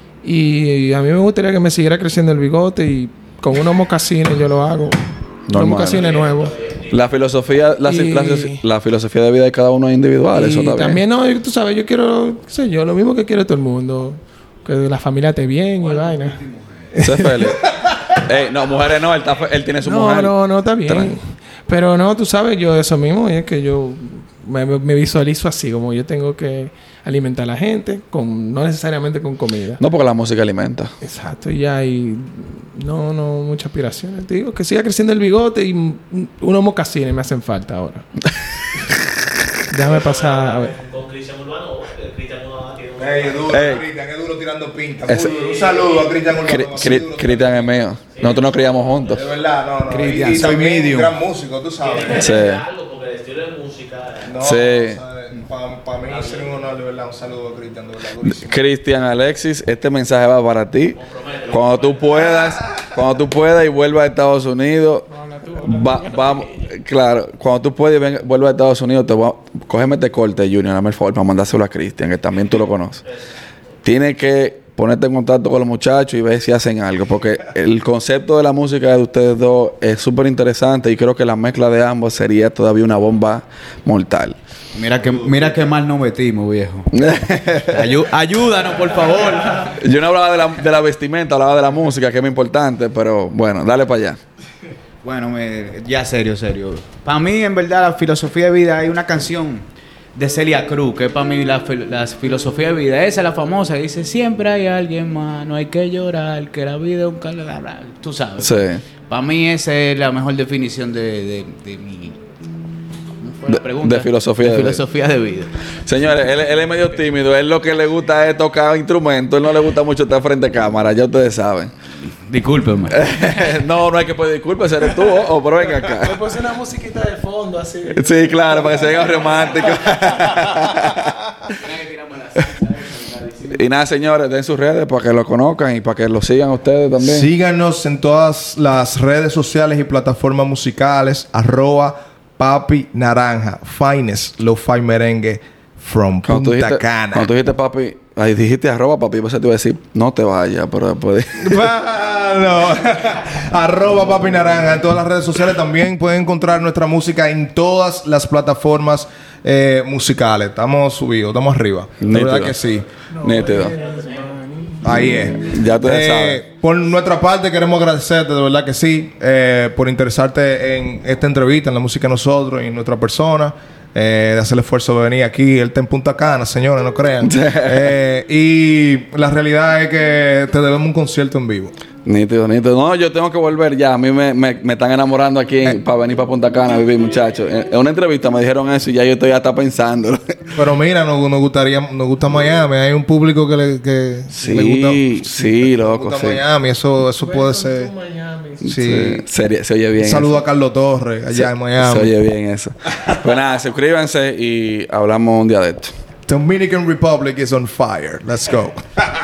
Y a mí me gustaría que me siguiera creciendo el bigote y con unos mocasines yo lo hago. Unos mocasines nuevos. La filosofía la filosofía de vida de cada uno es individual, eso también no, tú sabes, yo quiero, qué sé yo, lo mismo que quiere todo el mundo, que la familia esté bien y vaina. Sé feliz. No, mujeres no, él tiene su mujer. No, está bien. Pero no, tú sabes, yo eso mismo es que yo me visualizo así, como yo tengo que alimentar a la gente, no necesariamente con comida. No, porque la música alimenta. Exacto, y hay no muchas aspiraciones. Te digo que siga creciendo el bigote y unos mocasines me hacen falta ahora. Déjame pasar a ver. Con Cristian Urbano, Cristian Urbano tiene Cristian, es duro tirando pinta. Un saludo a Cristian Urbano. Cristian es mío. Sí. Nosotros nos criamos juntos. De verdad, no. Cristian, y también un gran músico, tú sabes. Sí. Porque el estilo de música... No, sí. Para mí sería un honor, de verdad. Un saludo a Cristian, de verdad. Durísimo. Cristian Alexis, este mensaje va para ti. Cuando tú puedas y vuelvas a Estados Unidos, vamos, claro, cuando tú puedas y vuelvas a Estados Unidos, cógeme este corte, Junior, dame el favor para mandárselo a Cristian, que también tú lo conoces. Tienes que ponerte en contacto con los muchachos y ver si hacen algo, porque el concepto de la música de ustedes dos es súper interesante y creo que la mezcla de ambos sería todavía una bomba mortal. Mira que mal nos metimos, viejo. Ayúdanos, por favor. Yo no hablaba de la vestimenta, hablaba de la música, que es muy importante, pero bueno, dale para allá. Bueno, ya serio. Para mí, en verdad, la filosofía de vida, hay una canción de Celia Cruz, que es para mí la filosofía de vida. Esa es la famosa, que dice, siempre hay alguien más, no hay que llorar, que la vida es un calabra. Tú sabes. Sí. Para mí esa es la mejor definición de mi... De filosofía de vida. Señores, él es medio tímido. Él lo que le gusta es tocar instrumentos. Él no le gusta mucho estar frente a cámara. Ya ustedes saben. Discúlpeme. No hay que pedir disculpas. Eres tú pero venga acá. Le puse una musiquita de fondo así. Sí, claro, para que se vea romántico. Y nada, señores, den sus redes para que lo conozcan y para que lo sigan ustedes también. Síganos en todas las redes sociales y plataformas musicales. @Papi Naranja. Finest Lo-Fi Merengue from Punta Cana. Cuando tú dijiste papi, ahí dijiste @papi, pues te iba a decir, no te vayas, pero después... Bueno, @Papi Naranja en todas las redes sociales. También pueden encontrar nuestra música en todas las plataformas musicales. Estamos subidos, estamos arriba. La verdad que sí. Nítido. Ahí es. Ya ustedes saben. Por nuestra parte queremos agradecerte, de verdad que sí, por interesarte en esta entrevista, en la música de nosotros y en nuestra persona. De hacer el esfuerzo de venir aquí. Él está en Punta Cana, señores, no crean. Y la realidad es que te debemos un concierto en vivo. Nítido. No, yo tengo que volver ya. A mí me están enamorando aquí para venir para Punta Cana a vivir, muchachos. En una entrevista me dijeron eso y ya yo estoy hasta pensando. Pero mira, nos gusta Miami. Hay un público que le gusta. Sí, loco. Gusta Sí. Miami. Eso puede ser. Sí. Se oye bien. Un saludo a Carlos Torres allá en Miami. Se oye bien eso. Pues nada, suscríbanse y hablamos un día de esto. Dominican Republic is on fire. Let's go.